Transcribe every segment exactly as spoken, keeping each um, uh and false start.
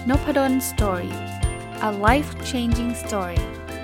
Nopadon Story. A life-changing story.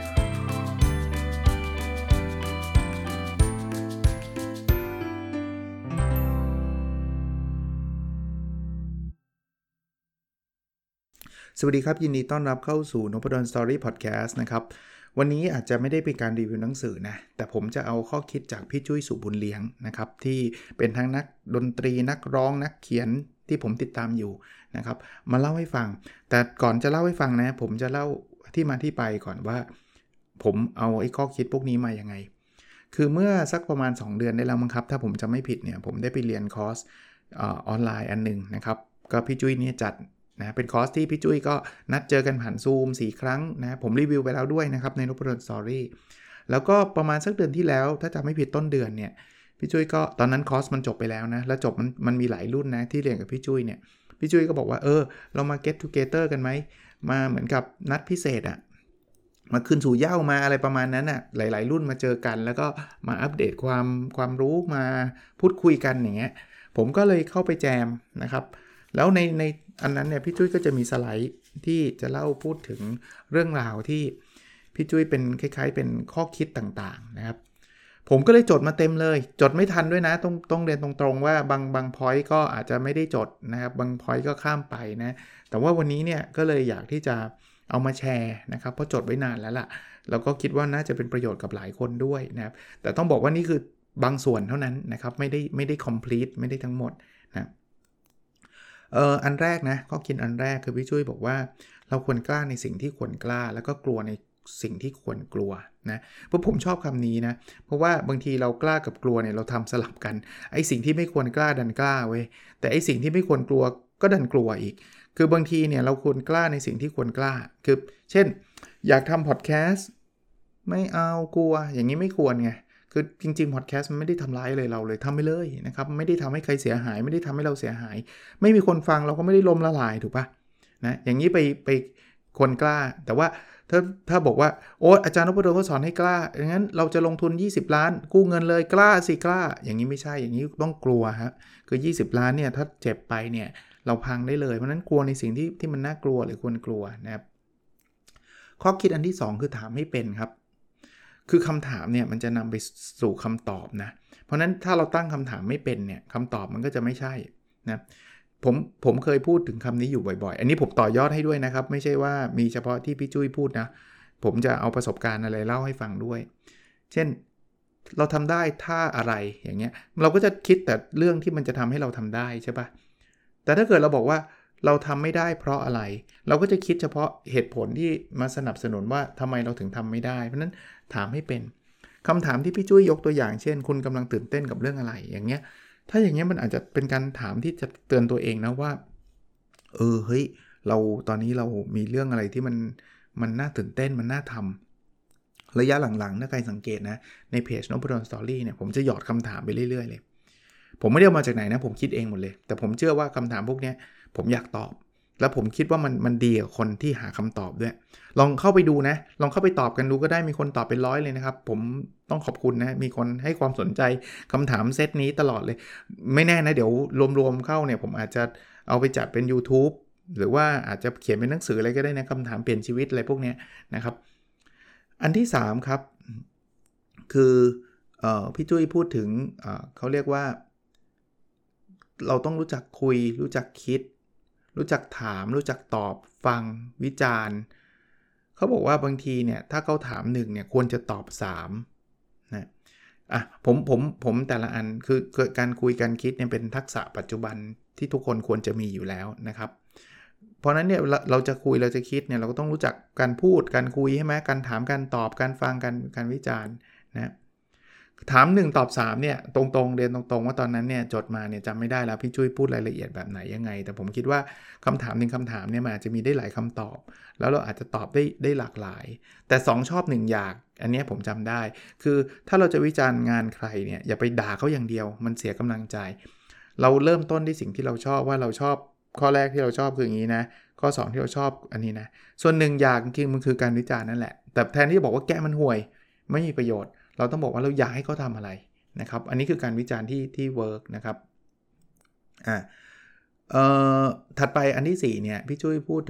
สวัสดีครับยินดีต้อนรับเข้าสู่ Nopadon Story Podcast นะครับวันนี้อาจจะไม่ได้เป็นการรีวิวหนังสือนะแต่ผมจะเอาข้อคิดจากพี่จุ้ยสุบุญเลี้ยงนะครับที่เป็นทั้งนักดนตรีนักร้องนักเขียนที่ผมติดตามอยู่นะครับมาเล่าให้ฟังแต่ก่อนจะเล่าให้ฟังนะผมจะเล่าที่มาที่ไปก่อนว่าผมเอาไอ้ข้อคิดพวกนี้มายังไงคือเมื่อสักประมาณสองเดือนได้แล้วมั้งครับถ้าผมจำไม่ผิดเนี่ยผมได้ไปเรียนคอร์สออนไลน์อันนึงนะครับก็พี่จุ้ยเนี่ยจัดนะเป็นคอร์สที่พี่จุ้ยก็นัดเจอกันผ่านซูมสี่ครั้งนะผมรีวิวไปแล้วด้วยนะครับใน Nopadon Story แล้วก็ประมาณสักเดือนที่แล้วถ้าจำไม่ผิดต้นเดือนเนี่ยพี่จุ้ยก็ตอนนั้นคอร์สมันจบไปแล้วนะแล้วจบมันมันมีหลายรุ่นนะที่เรียนกับพี่จุ้ยเนี่ยพี่จุ้ยก็บอกว่าเออเรามา get together กันไหมมาเหมือนกับนัดพิเศษอะมาคืนสู่เหย้ามาอะไรประมาณนั้นอ่ะหลายๆรุ่นมาเจอกันแล้วก็มาอัปเดตความความรู้มาพูดคุยกันอย่างเงี้ยผมก็เลยเข้าไปแจมนะครับแล้วในในอันนั้นเนี่ยพี่จุ้ยก็จะมีสไลด์ที่จะเล่าพูดถึงเรื่องราวที่พี่จุ้ยเป็นคล้ายๆเป็นข้อคิดต่างๆนะครับผมก็เลยจดมาเต็มเลยจดไม่ทันด้วยนะต้องต้องเรียนตรงๆว่าบางบางพอยต์ก็อาจจะไม่ได้จดนะครับบางพอยต์ก็ข้ามไปนะแต่ว่าวันนี้เนี่ยก็เลยอยากที่จะเอามาแชร์นะครับเพราะจดไว้นานแล้วล่ะแล้วก็คิดว่าน่าจะเป็นประโยชน์กับหลายคนด้วยนะครับแต่ต้องบอกว่านี่คือบางส่วนเท่านั้นนะครับไม่ได้ไม่ได้ complete ไม่ได้ทั้งหมดนะเอ่ออันแรกนะข้อคิดอันแรกคือพี่จุ้ยบอกว่าเราควรกล้าในสิ่งที่ควรกล้าแล้วก็กลัวในสิ่งที่ควรกลัวนะเพราะผมชอบคำนี้นะเพราะว่าบางทีเรากล้ากับกลัวเนี่ยเราทำสลับกันไอ้สิ่งที่ไม่ควรกล้าดันกล้าเว้ยแต่ไอ้สิ่งที่ไม่ควรกลัวก็ดันกลัวอีกคือบางทีเนี่ยเราควรกล้าในสิ่งที่ควรกล้าคือเช่นอยากทำพอดแคสต์ไม่เอากลัวอย่างนี้ไม่ควรไงคือจริงๆพอดแคสต์มันไม่ได้ทำร้ายเลยเราเลยทำไปเลยนะครับไม่ได้ทำให้ใครเสียหายไม่ได้ทำให้เราเสียหายไม่มีคนฟังเราก็ไม่ได้ล้มละลายถูกปะนะอย่างนี้ไปไปคนกล้าแต่ว่าถ้าถ้าบอกว่าโอ้อาจารย์นพดลก็สอนให้กล้าอย่างนั้นเราจะลงทุนยี่สิบล้านกู้เงินเลยกล้าสิกล้าอย่างนี้ไม่ใช่อย่างนี้ต้องกลัวฮะคือยี่สิบล้านเนี่ยถ้าเจ็บไปเนี่ยเราพังได้เลยเพราะนั้นกลัวในสิ่งที่ที่มันน่ากลัวหรือควรกลัวนะครับข้อคิดอันที่สองคือถามให้เป็นครับคือคำถามเนี่ยมันจะนำไปสู่คำตอบนะเพราะนั้นถ้าเราตั้งคำถามไม่เป็นเนี่ยคำตอบมันก็จะไม่ใช่นะผมผมเคยพูดถึงคำนี้อยู่บ่อยๆอันนี้ผมต่อยอดให้ด้วยนะครับไม่ใช่ว่ามีเฉพาะที่พี่จุ้ยพูดนะผมจะเอาประสบการณ์อะไรเล่าให้ฟังด้วยเช่นเราทำได้ถ้าอะไรอย่างเงี้ยเราก็จะคิดแต่เรื่องที่มันจะทำให้เราทำได้ใช่ปะแต่ถ้าเกิดเราบอกว่าเราทำไม่ได้เพราะอะไรเราก็จะคิดเฉพาะเหตุผลที่มาสนับสนุนว่าทำไมเราถึงทำไม่ได้เพราะนั้นถามให้เป็นคำถามที่พี่จุ้ยยกตัวอย่างเช่นคุณกำลังตื่นเต้นกับเรื่องอะไรอย่างเงี้ยถ้าอย่างเงี้ยมันอาจจะเป็นการถามที่จะเตือนตัวเองนะว่าเออเฮ้ยเราตอนนี้เรามีเรื่องอะไรที่มันมันน่าตื่นเต้นมันน่าทำระยะหลังๆถ้าใครสังเกตนะในเพจ Nopadon Story เนี่ยผมจะหยอดคำถามไปเรื่อยๆเลยผมไม่ได้เอามาจากไหนนะผมคิดเองหมดเลยแต่ผมเชื่อว่าคำถามพวกนี้ผมอยากตอบแล้วผมคิดว่ามันมันดีกับคนที่หาคำตอบด้วยลองเข้าไปดูนะลองเข้าไปตอบกันดูก็ได้มีคนตอบเป็นร้อยเลยนะครับผมต้องขอบคุณนะมีคนให้ความสนใจคำถามเซตนี้ตลอดเลยไม่แน่นะเดี๋ยวรวมๆเข้าเนี่ยผมอาจจะเอาไปจัดเป็น YouTube หรือว่าอาจจะเขียนเป็นหนังสืออะไรก็ได้นะคำถามเปลี่ยนชีวิตอะไรพวกนี้นะครับอันที่สามครับคือเอ่อพี่จุ้ยพูดถึงเอ่อเขาเรียกว่าเราต้องรู้จักคุยรู้จักคิดรู้จักถามรู้จักตอบฟังวิจารณ์เขาบอกว่าบางทีเนี่ยถ้าเขาถามหนึ่งเนี่ยควรจะตอบสามนะอ่ะผมผมผมแต่ละอันคือการคุยการคิดเนี่ยเป็นทักษะปัจจุบันที่ทุกคนควรจะมีอยู่แล้วนะครับเพราะนั้นเนี่ยเราจะคุยเราจะคิดเนี่ยเราก็ต้องรู้จักการพูดการคุยใช่ไหมการถามการตอบการฟังการการวิจารณ์นะถามหนึ่งตอบสามเนี่ยตรงๆเรียนตรงๆว่าตอนนั้นเนี่ยจดมาเนี่ยจำไม่ได้แล้วพี่จุ้ยพูดรายละเอียดแบบไหนยังไงแต่ผมคิดว่าคำถามหนึ่งคำถามเนี่ยมันอาจจะมีได้หลายคำตอบแล้วเราอาจจะตอบได้ได้หลากหลายแต่สองชอบหนึ่งอยากอันนี้ผมจำได้คือถ้าเราจะวิจารณ์งานใครเนี่ยอย่าไปด่าเขาอย่างเดียวมันเสียกำลังใจเราเริ่มต้นที่สิ่งที่เราชอบว่าเราชอบข้อแรกที่เราชอบคืออย่างนี้นะข้อสองที่เราชอบอันนี้นะส่วนหนึ่งอยากจริงๆมันคือการวิจารณ์นั่นแหละแต่แทนที่จะบอกว่าแกมันห่วยไม่มีประโยชน์เราต้องบอกว่าเราอยากให้เขาทำอะไรนะครับอันนี้คือการวิจารณ์ที่ที่เวิร์กนะครับอ่าเอ่อถัดไปอันที่สี่เนี่ยพี่จุ้ยพูดถึง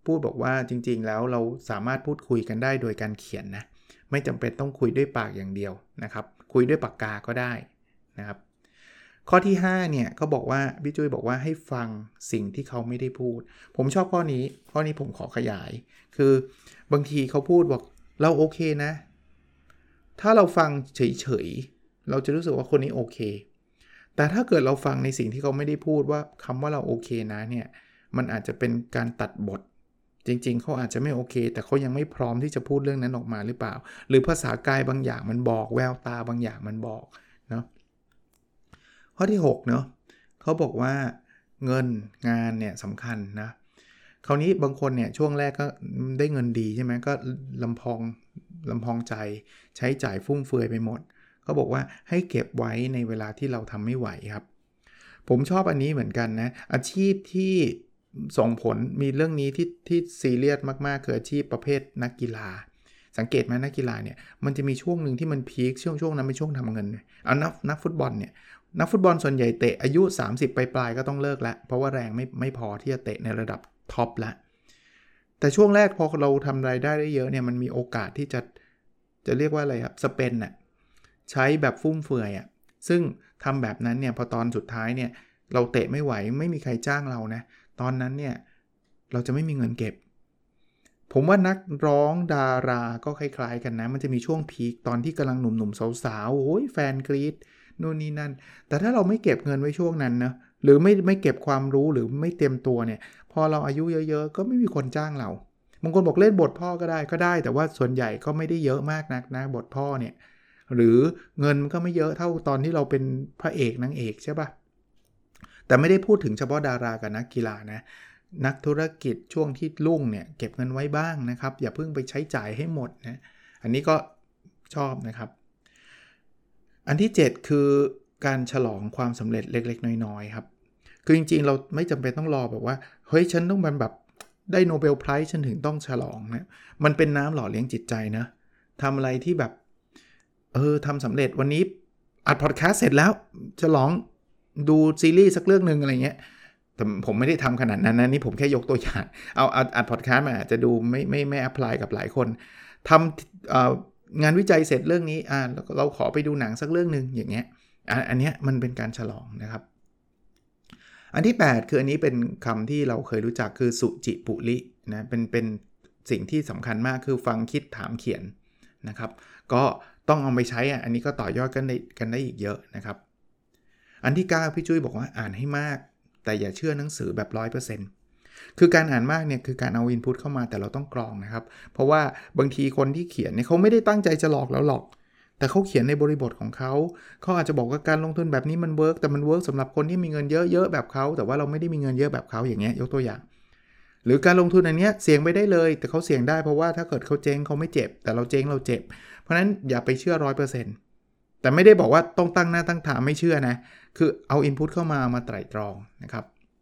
พูดบอกว่าจริงๆแล้วเราสามารถพูดคุยกันได้โดยการเขียนนะไม่จำเป็นต้องคุยด้วยปากอย่างเดียวนะครับคุยด้วยปากกาก็ได้นะครับข้อที่ห้าเนี่ยเขาบอกว่าพี่จุ้ยบอกว่าให้ฟังสิ่งที่เขาไม่ได้พูดผมชอบข้อนี้ข้อนี้ผมขอขยายคือบางทีเขาพูดบอกเราโอเคนะถ้าเราฟังเฉยๆเราจะรู้สึกว่าคนนี้โอเคแต่ถ้าเกิดเราฟังในสิ่งที่เขาไม่ได้พูดว่าคำว่าเราโอเคนะเนี่ยมันอาจจะเป็นการตัดบทจริงๆเขาอาจจะไม่โอเคแต่เขายังไม่พร้อมที่จะพูดเรื่องนั้นออกมาหรือเปล่าหรือภาษากายบางอย่างมันบอกแววตาบางอย่างมันบอกเนาะข้อที่หกเนาะเขาบอกว่าเงินงานเนี่ยสำคัญนะคราวนี้บางคนเนี่ยช่วงแรกก็ได้เงินดีใช่ไหมก็ลำพองลำพองใจใช้จ่ายฟุ่มเฟือยไปหมดเขาบอกว่าให้เก็บไว้ในเวลาที่เราทำไม่ไหวครับผมชอบอันนี้เหมือนกันนะอาชีพที่ส่งผลมีเรื่องนี้ที่ที่ซีเรียสมากๆคืออาชีพประเภทนักกีฬาสังเกตไหมนักกีฬาเนี่ยมันจะมีช่วงหนึ่งที่มันพีคช่วงช่วงนั้นเป็นช่วงทำเงินเอานักนักฟุตบอลเนี่ยนักฟุตบอลส่วนใหญ่เตะอายุสามสิบปลายๆก็ต้องเลิกแล้วเพราะว่าแรงไม่ไม่พอที่จะเตะในระดับท็อปแล้วแต่ช่วงแรกพอเราทำรายได้ได้เยอะเนี่ยมันมีโอกาสที่จะจะเรียกว่าอะไรครับสเปนน่ะใช้แบบฟุ่มเฟือยอ่ะซึ่งทำแบบนั้นเนี่ยพอตอนสุดท้ายเนี่ยเราเตะไม่ไหวไม่มีใครจ้างเรานะตอนนั้นเนี่ยเราจะไม่มีเงินเก็บผมว่านักร้องดาราก็คล้ายๆกันนะมันจะมีช่วงพีคตอนที่กำลังหนุ่มๆสาวๆโอ้ยแฟนกรี๊ดนู่นนี่นั่นแต่ถ้าเราไม่เก็บเงินไว้ช่วงนั้นนะหรือไม่ไม่เก็บความรู้หรือไม่เตรียมตัวเนี่ยพอเราอายุเยอะๆก็ไม่มีคนจ้างเราบางคนบอกเล่นบทพ่อก็ได้ก็ได้แต่ว่าส่วนใหญ่ก็ไม่ได้เยอะมากนักนะบทพ่อเนี่ยหรือเงินก็ไม่เยอะเท่าตอนที่เราเป็นพระเอกนางเอกใช่ป่ะแต่ไม่ได้พูดถึงเฉพาะดารากับนักกีฬานะนักธุรกิจช่วงที่รุ่งเนี่ยเก็บเงินไว้บ้างนะครับอย่าเพิ่งไปใช้จ่ายให้หมดนะอันนี้ก็ชอบนะครับอันที่เจ็ดคือการฉลองความสำเร็จเล็กๆน้อยๆครับคือจริงๆเราไม่จำเป็นต้องรอแบบว่าเฮ้ยฉันต้องแบบได้โนเบลไพรส์ฉันถึงต้องฉลองนะมันเป็นน้ำหล่อเลี้ยงจิตใจนะทำอะไรที่แบบเออทำสำเร็จวันนี้อัดพอดแคสต์เสร็จแล้วฉลองดูซีรีส์สักเรื่องนึงอะไรเงี้ยแต่ผมไม่ได้ทำขนาดนั้นนะนี่ผมแค่ยกตัวอย่างเอาอัดพอดแคสต์มาอาจจะดูไม่ไม่ไม่แอพพลายกับหลายคนทำงานวิจัยเสร็จเรื่องนี้อ่าเราขอไปดูหนังสักเรื่องนึงอย่างเงี้ยอันเนี้ยมันเป็นการฉลองนะครับอันที่แปดคืออันนี้เป็นคำที่เราเคยรู้จักคือสุจิปุรินะเป็นเป็นสิ่งที่สำคัญมากคือฟังคิดถามเขียนนะครับก็ต้องเอาไปใช้อ่ะอันนี้ก็ต่อยอดกันได้กันได้อีกเยอะนะครับอันที่เก้าพี่จุ้ยบอกว่าอ่านให้มากแต่อย่าเชื่อหนังสือแบบ ร้อยเปอร์เซ็นต์ คือการอ่านมากเนี่ยคือการเอาอินพุตเข้ามาแต่เราต้องกรองนะครับเพราะว่าบางทีคนที่เขียนเนี่ยเขาไม่ได้ตั้งใจจะหลอกเราหรอกแต่เขาเขียนในบริบทของเขาเขาอาจจะบอกว่าการลงทุนแบบนี้มันเวิร์กแต่มันเวิร์กสำหรับคนที่มีเงินเยอะๆแบบเขาแต่ว่าเราไม่ได้มีเงินเยอะแบบเขาอย่างเงี้ยยกตัวอย่างหรือการลงทุนอันเนี้ยเสี่ยงไปได้เลยแต่เขาเสี่ยงได้เพราะว่าถ้าเกิดเขาเจ๊งเขาไม่เจ็บแต่เราเจ๊งเราเจ็บเพราะฉะนั้นอย่าไปเชื่อ ร้อยเปอร์เซ็นต์ แต่ไม่ได้บอกว่าต้องตั้งหน้าตั้งตาไม่เชื่อนะคือเอาอินพุตเข้ามามาไตร่ตรองนะครับ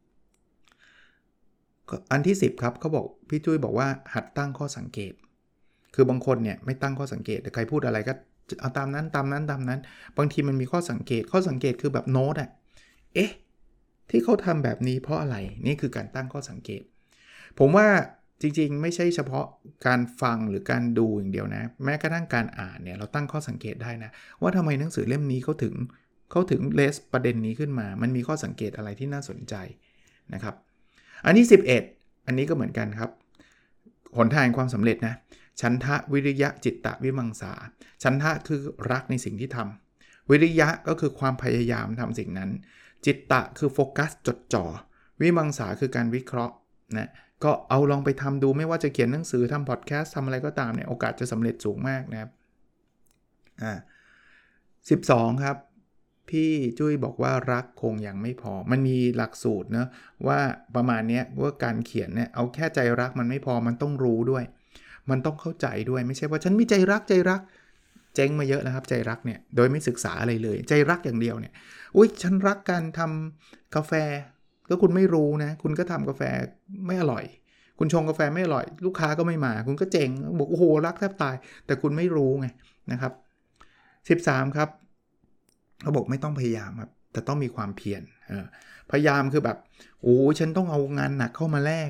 อันที่สิบครับเขาบอกพี่จุ้ยบอกว่าหัดตั้งข้อสังเกตคือบางคนเนี่ยไม่ตั้งข้อสังเกตแต่ใครพูดอะไรก็เอาตามนั้นตามนั้นตามนั้นบางทีมันมีข้อสังเกตข้อสังเกตคือแบบโน้ตอ่ะเอ๊ะที่เขาทำแบบนี้เพราะอะไรนี่คือการตั้งข้อสังเกตผมว่าจริงๆไม่ใช่เฉพาะการฟังหรือการดูอย่างเดียวนะแม้กระทั่งการอ่านเนี่ยเราตั้งข้อสังเกตได้นะว่าทำไมหนังสือเล่มนี้เขาถึงเขาถึงเลสประเด็นนี้ขึ้นมามันมีข้อสังเกตอะไรที่น่าสนใจนะครับอันที่สิบเอ็ดอันนี้ก็เหมือนกันครับหนทางความสำเร็จนะฉันทะวิริยะจิตตะวิมังสาฉันทะคือรักในสิ่งที่ทำวิริยะก็คือความพยายามทำสิ่งนั้นจิตตะคือโฟกัสจดจ่อวิมังสาคือการวิเคราะห์นะก็เอาลองไปทำดูไม่ว่าจะเขียนหนังสือทำพอดแคสต์ทำอะไรก็ตามเนี่ยโอกาสจะสำเร็จสูงมากนะครับอ่าสิบสองครับพี่จุ้ยบอกว่ารักคงยังไม่พอมันมีหลักสูตรนะว่าประมาณนี้ว่าการเขียนเนี่ยเอาแค่ใจรักมันไม่พอมันต้องรู้ด้วยมันต้องเข้าใจด้วยไม่ใช่ว่าฉันมีใจรักใจรักเจ๊งมาเยอะนะครับใจรักเนี่ยโดยไม่ศึกษาอะไรเลยใจรักอย่างเดียวเนี่ยอุ๊ยฉันรักการทำกาแฟก็คุณไม่รู้นะคุณก็ทำกาแฟไม่อร่อยคุณชงกาแฟไม่อร่อยลูกค้าก็ไม่มาคุณก็เจ๊งบอกโอ้โหรักแทบตายแต่คุณไม่รู้ไงนะครับสิบสามครับเขาบอกไม่ต้องพยายามครับแต่ต้องมีความเพียรพยายามคือแบบโอ้ฉันต้องเอางานหนักเข้ามาแลก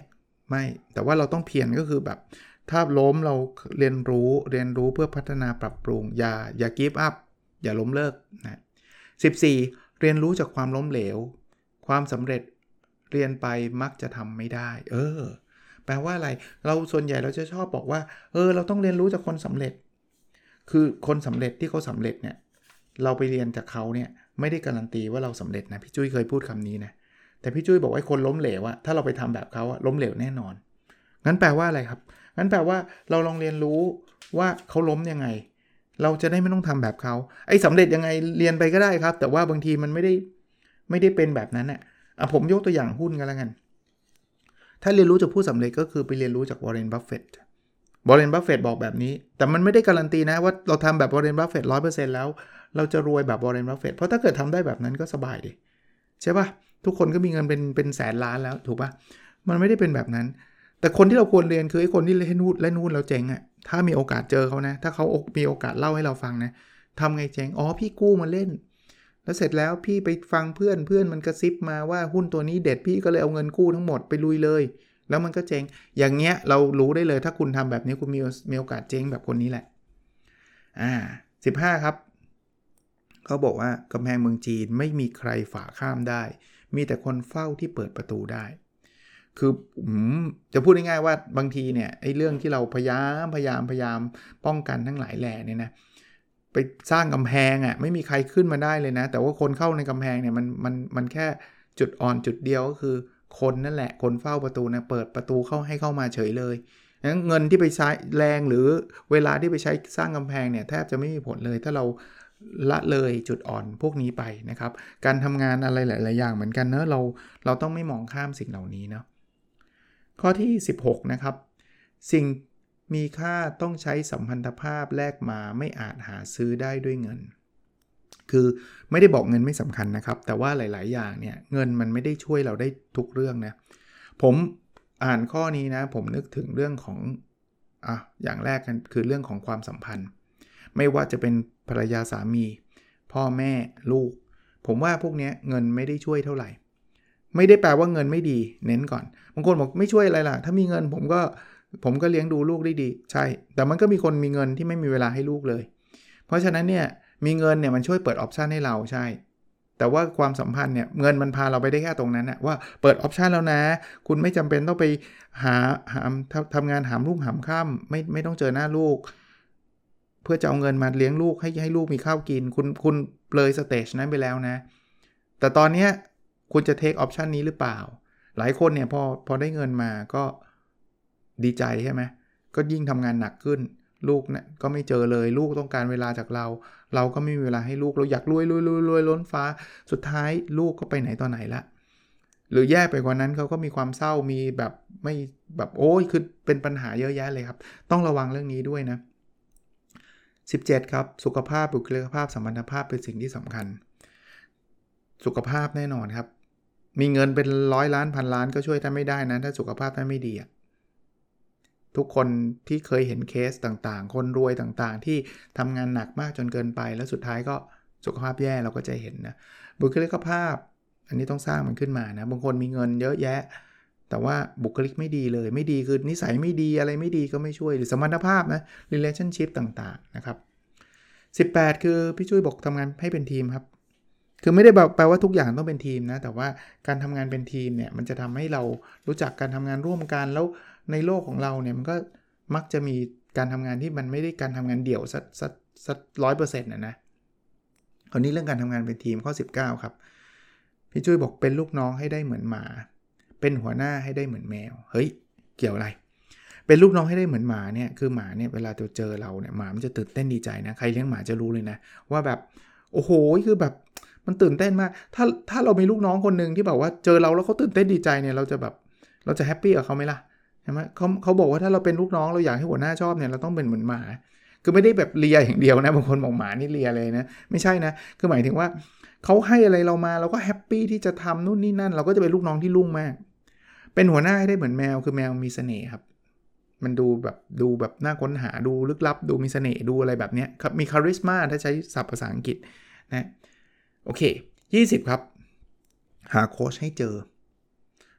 ไม่แต่ว่าเราต้องเพียรก็คือแบบถ้าล้มเราเรียนรู้เรียนรู้เพื่อพัฒนาปรับปรุงอย่าอย่า give up อย่าล้มเลิกนะสิบสี่เรียนรู้จากความล้มเหลวความสำเร็จเรียนไปมักจะทำไม่ได้เออแปลว่าอะไรเราส่วนใหญ่เราจะชอบบอกว่าเออเราต้องเรียนรู้จากคนสำเร็จคือคนสำเร็จที่เขาสำเร็จเนี่ยเราไปเรียนจากเขาเนี่ยไม่ได้การันตีว่าเราสำเร็จนะพี่จุ้ยเคยพูดคำนี้นะแต่พี่จุ้ยบอกว่าคนล้มเหลวอะถ้าเราไปทำแบบเขาอะล้มเหลวแน่นอนงั้นแปลว่าอะไรครับงั้นแปลว่าเราลองเรียนรู้ว่าเขาล้มยังไงเราจะได้ไม่ต้องทำแบบเขาไอ้สำเร็จยังไงเรียนไปก็ได้ครับแต่ว่าบางทีมันไม่ได้ไม่ได้เป็นแบบนั้นอะอ่ะผมยกตัวอย่างหุ้นกันแล้วกันถ้าเรียนรู้จากผู้สำเร็จก็คือไปเรียนรู้จากวอร์เรน บัฟเฟตต์วอร์เรน บัฟเฟตต์บอกแบบนี้แต่มันไม่ได้การันตีนะว่าเราทำแบบวอร์เรน บัฟเฟตต์ ร้อยเปอร์เซ็นต์ แล้วเราจะรวยแบบวอร์เรน บัฟเฟตต์เพราะถ้าเกิดทำได้แบบนั้นก็สบายดิใช่ป่ะทุกคนก็มีเงินเป็นเป็นแสนล้านแล้วถูกป่ะมันไม่ได้เป็นแบบนั้นแต่คนที่เราควรเรียนคือไอ้คนที่เล่นหุ้นเล่นหุ้นแล้วเจ๊งอ่ะถ้ามีโอกาสเจอเขานะถ้าเขามีโอกาสเล่าให้เราฟังนะทำไงเจ๊งอ๋อพี่กู้มาเล่นแล้วเสร็จแล้วพี่ไปฟังเพื่อนเพื่อนมันกระซิบมาว่าหุ้นตัวนี้เด็ดพี่ก็เลยเอาเงินกู้ทั้งหมดไปลุยเลยแล้วมันก็เจ๊งอย่างเงี้ยเรารู้ได้เลยถ้าคุณทำแบบนี้คุณมีมีโอกาสเจ๊งแบบคนนี้แหละอ่าสิบห้าครับเขาบอกว่ากำแพงเมืองจีนไม่มีใครฝ่าข้ามได้มีแต่คนเฝ้าที่เปิดประตูได้คือจะพูดง่ายๆว่าบางทีเนี่ยไอ้เรื่องที่เราพยายามพยายามพยายามป้องกันทั้งหลายแหล่เนี่ยนะไปสร้างกำแพงอ่ะไม่มีใครขึ้นมาได้เลยนะแต่ว่าคนเข้าในกำแพงเนี่ยมันมันมันแค่จุดอ่อนจุดเดียวก็คือคนนั่นแหละคนเฝ้าประตูนะเปิดประตูเข้าให้เข้ามาเฉยเลยงั้นเงินที่ไปใช้แรงหรือเวลาที่ไปใช้สร้างกำแพงเนี่ยแทบจะไม่มีผลเลยถ้าเราละเลยจุดอ่อนพวกนี้ไปนะครับการทำงานอะไรหลายๆอย่างเหมือนกันเนอะเราเราต้องไม่มองข้ามสิ่งเหล่านี้เนาะข้อที่สิบหกนะครับสิ่งมีค่าต้องใช้สัมพันธภาพแลกมาไม่อาจหาซื้อได้ด้วยเงินคือไม่ได้บอกเงินไม่สำคัญนะครับแต่ว่าหลายๆอย่างเนี่ยเงินมันไม่ได้ช่วยเราได้ทุกเรื่องนะผมอ่านข้อนี้นะผมนึกถึงเรื่องของอ่ะอย่างแรกกันคือเรื่องของความสัมพันธ์ไม่ว่าจะเป็นภรรยาสามีพ่อแม่ลูกผมว่าพวกนี้เงินไม่ได้ช่วยเท่าไหร่ไม่ได้แปลว่าเงินไม่ดีเน้นก่อนบางคนบอกไม่ช่วยอะไรล่ะถ้ามีเงินผมก็ผมก็เลี้ยงดูลูกได้ดีใช่แต่มันก็มีคนมีเงินที่ไม่มีเวลาให้ลูกเลยเพราะฉะนั้นเนี่ยมีเงินเนี่ยมันช่วยเปิดออปชันให้เราใช่แต่ว่าความสัมพันธ์เนี่ยเงินมันพาเราไปได้แค่ตรงนั้นนะว่าเปิดออปชันแล้วนะคุณไม่จำเป็นต้องไปหาหาทำงานหามลูกหามค่ำไม่ไม่ต้องเจอหน้าลูกเพื่อจะเอาเงินมาเลี้ยงลูกให้ให้ลูกมีข้าวกินคุณคุณเลยสเตจนั้นไปแล้วนะแต่ตอนนี้คุณจะเทคออปชันนี้หรือเปล่าหลายคนเนี่ยพอพอได้เงินมาก็ดีใจใช่ไหมก็ยิ่งทำงานหนักขึ้นลูกเนี่ยก็ไม่เจอเลยลูกต้องการเวลาจากเราเราก็ไม่มีเวลาให้ลูกเราอยากรวยรวยรวยรวยล้นฟ้าสุดท้ายลูกก็ไปไหนตอนไหนละหรือแย่ไปกว่านั้นเขาก็มีความเศร้ามีแบบไม่แบบโอ้ยคือเป็นปัญหาเยอะแยะเลยครับต้องระวังเรื่องนี้ด้วยนะสิบเจ็ดครับสุขภาพบุคลิกภาพสัมพันธภาพเป็นสิ่งที่สำคัญสุขภาพแน่นอนครับมีเงินเป็นร้อยล้านพันล้านก็ช่วยท่านไม่ได้นะถ้าสุขภาพท่านไม่ดีอ่ะทุกคนที่เคยเห็นเคสต่างๆคนรวยต่างๆที่ทำงานหนักมากจนเกินไปแล้วสุดท้ายก็สุขภาพแย่เราก็จะเห็นนะบุคลิกภาพอันนี้ต้องสร้างมันขึ้นมานะบางคนมีเงินเยอะแยะแต่ว่าบุคลิกไม่ดีเลยไม่ดีคือนิสัยไม่ดีอะไรไม่ดีก็ไม่ช่วยหรือสัมพันธภาพนะ relationship ต่างๆนะครับสิบแปดคือพี่จุ้ยบอกทำงานให้เป็นทีมครับคือไม่ได้แปลว่าทุกอย่างต้องเป็นทีมนะแต่ว่าการทำงานเป็นทีมเนี่ยมันจะทำให้เรารู้จักการทำงานร่วมกันแล้วในโลกของเราเนี่ยมันก็มักจะมีการทำงานที่มันไม่ได้การทำงานเดี่ยวสักสักสักร้อยเปอร์เซ็นต์นะนะคราวนี้เรื่องการทำงานเป็นทีมข้อสิบเก้าครับพี่จุ้ยบอกเป็นลูกน้องให้ได้เหมือนหมาเป็นหัวหน้าให้ได้เหมือนแมวเฮ้ยเกี่ยวอะไรเป็นลูกน้องให้ได้เหมือนหมาเนี่ยคือหมาเนี่ยเวลาตัวเจอเราเนี่ยหมามันจะตื่นเต้นดีใจนะใครเลี้ยงหมาจะรู้เลยนะว่าแบบโอ้โหคือแบบมันตื่นเต้นมากถ้าถ้าเรามีลูกน้องคนนึงที่แบบว่าเจอเราแล้วเขาตื่นเต้นดีใจเนี่ยเราจะแบบเราจะแฮปปี้กับเขาไหมล่ะใช่ไหมเขาเขาบอกว่าถ้าเราเป็นลูกน้องเราอยากให้หัวหน้าชอบเนี่ยเราต้องเป็นเหมือนหมาคือไม่ได้แบบเลียอย่างเดียวนะบางคนบอกหมานี่เลียเลยนะไม่ใช่นะคือหมายถึงว่าเขาให้อะไรเรามาเราก็แฮปปี้ที่จะทำนู่นนี่นั่นเราก็จะเป็นลูกน้องที่รุ่งมากเป็นหัวหน้าให้ได้เหมือนแมวคือแมวมีเสน่ห์ครับมันดูแบบดูแบบน่าค้นหาดูลึกลับดูมีเสน่ห์ดูอะไรแบบนี้ครับมีคาริสมาถ้าใช้ศัพท์ภาษาอังกฤษนะโอเคยี่สิบครับหาโค้ชให้เจอ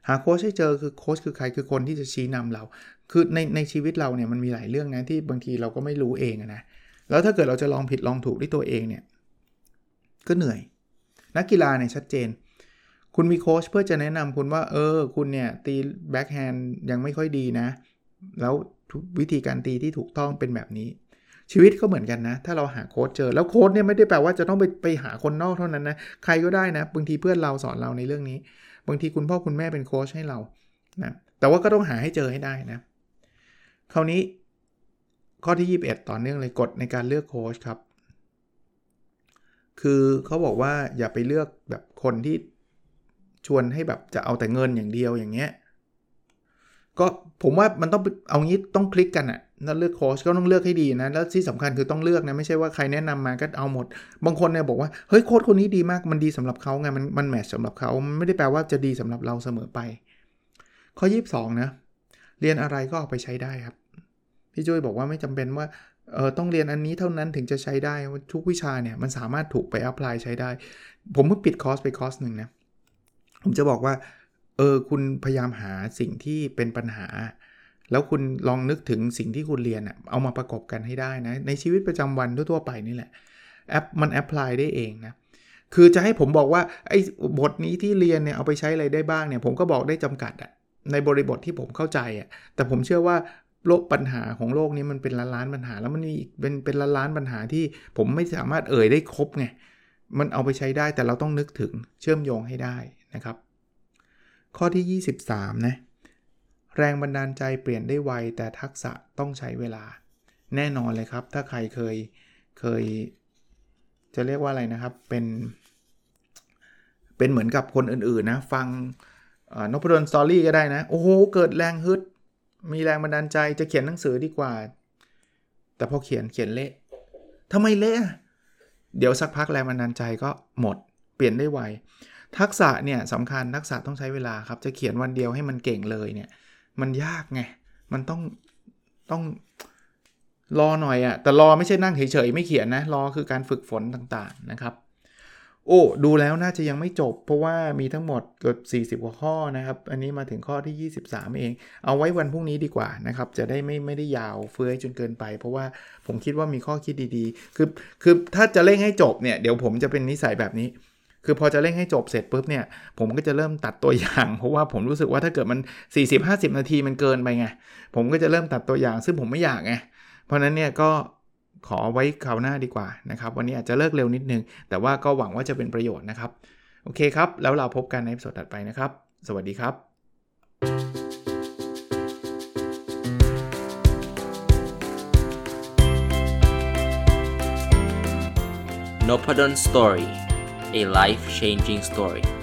หาโค้ชให้เจอคือโค้ชคือใครคือคนที่จะชี้นำเราคือในในชีวิตเราเนี่ยมันมีหลายเรื่องนะที่บางทีเราก็ไม่รู้เองนะแล้วถ้าเกิดเราจะลองผิดลองถูกด้วยตัวเองเนี่ยก็เหนื่อยนักกีฬาเนี่ยชัดเจนคุณมีโค้ชเพื่อจะแนะนำคุณว่าเออคุณเนี่ยตีแบ็คแฮนด์ยังไม่ค่อยดีนะแล้ววิธีการตีที่ถูกต้องเป็นแบบนี้ชีวิตก็เหมือนกันนะถ้าเราหาโค้ชเจอแล้วโค้ชเนี่ยไม่ได้แปลว่าจะต้องไปไปหาคนนอกเท่านั้นนะใครก็ได้นะบางทีเพื่อนเราสอนเราในเรื่องนี้บางทีคุณพ่อคุณแม่เป็นโค้ชให้เรานะแต่ว่าก็ต้องหาให้เจอให้ได้นะคราวนี้ข้อที่ยี่สิบเอ็ดต่อเนื่องเลยกฎในการเลือกโค้ชครับคือเขาบอกว่าอย่าไปเลือกแบบคนที่ชวนให้แบบจะเอาแต่เงินอย่างเดียวอย่างเงี้ยก็ผมว่ามันต้องเอางี้ต้องคลิกกันอ่ะถ้าเลือกโค้ชก็ต้องเลือกให้ดีนะแล้วที่สำคัญคือต้องเลือกนะไม่ใช่ว่าใครแนะนำมาก็เอาหมดบางคนเนี่ยบอกว่าเฮ้ยโค้ชคนนี้ดีมากมันดีสำหรับเขาไงมันมันแมทช์สำหรับเขามันไม่ได้แปลว่าจะดีสำหรับเราเสมอไปข้อยี่สิบสองนะเรียนอะไรก็เอาไปใช้ได้ครับพี่จุ้ยบอกว่าไม่จำเป็นว่าเออต้องเรียนอันนี้เท่านั้นถึงจะใช้ได้ทุกวิชาเนี่ยมันสามารถถูกไปอัพพลายใช้ได้ผมเพิ่งปิดคอร์สไปคอร์สนึงนะผมจะบอกว่าเออคุณพยายามหาสิ่งที่เป็นปัญหาแล้วคุณลองนึกถึงสิ่งที่คุณเรียนอะเอามาประกอบกันให้ได้นะในชีวิตประจำวันทั่วๆไปนี่แหละแอปมันแอพพลายได้เองนะคือจะให้ผมบอกว่าไอ้บทนี้ที่เรียนเนี่ยเอาไปใช้อะไรได้บ้างเนี่ยผมก็บอกได้จำกัดอะในบริบทที่ผมเข้าใจอะแต่ผมเชื่อว่าโลกปัญหาของโลกนี้มันเป็นล้านๆปัญหาแล้วมันมีเป็นเป็นล้านๆปัญหาที่ผมไม่สามารถเอ่ยได้ครบไงมันเอาไปใช้ได้แต่เราต้องนึกถึงเชื่อมโยงให้ได้นะครับข้อที่ยี่สิบสามนะแรงบันดาลใจเปลี่ยนได้ไวแต่ทักษะต้องใช้เวลาแน่นอนเลยครับถ้าใครเคยเคยจะเรียกว่าอะไรนะครับเป็นเป็นเหมือนกับคนอื่นๆนะฟังนพดลสตอรี่ก็ได้นะโอ้โหเกิดแรงฮึดมีแรงบันดาลใจจะเขียนหนังสือดีกว่าแต่พอเขียนเขียนเละทำไมเละเดี๋ยวสักพักแรงบันดาลใจก็หมดเปลี่ยนได้ไวทักษะเนี่ยสำคัญทักษะต้องใช้เวลาครับจะเขียนวันเดียวให้มันเก่งเลยเนี่ยมันยากไงมันต้องต้องรอหน่อยอะแต่รอไม่ใช่นั่งเฉยๆไม่เขียนนะรอคือการฝึกฝนต่างๆนะครับโอ้ดูแล้วน่าจะยังไม่จบเพราะว่ามีทั้งหมดเกือบสี่สิบกว่าข้อนะครับอันนี้มาถึงข้อที่ยี่สิบสามเองเอาไว้วันพรุ่งนี้ดีกว่านะครับจะได้ไม่ไม่ได้ยาวเฟ้ยจนเกินไปเพราะว่าผมคิดว่ามีข้อคิดดีๆคือคือถ้าจะเร่งให้จบเนี่ยเดี๋ยวผมจะเป็นนิสัยแบบนี้คือพอจะเร่งให้จบเสร็จปุ๊บเนี่ยผมก็จะเริ่มตัดตัวอย่างเพราะว่าผมรู้สึกว่าถ้าเกิดมัน สี่สิบห้าสิบ นาทีมันเกินไปไงผมก็จะเริ่มตัดตัวอย่างซึ่งผมไม่อยากไงเพราะนั้นเนี่ยก็ขอไว้คราวหน้าดีกว่านะครับวันนี้อาจจะเลิกเร็วนิดนึงแต่ว่าก็หวังว่าจะเป็นประโยชน์นะครับโอเคครับแล้วเราพบกันในตอนถัดไปนะครับสวัสดีครับ Nopadon Story, a life-changing story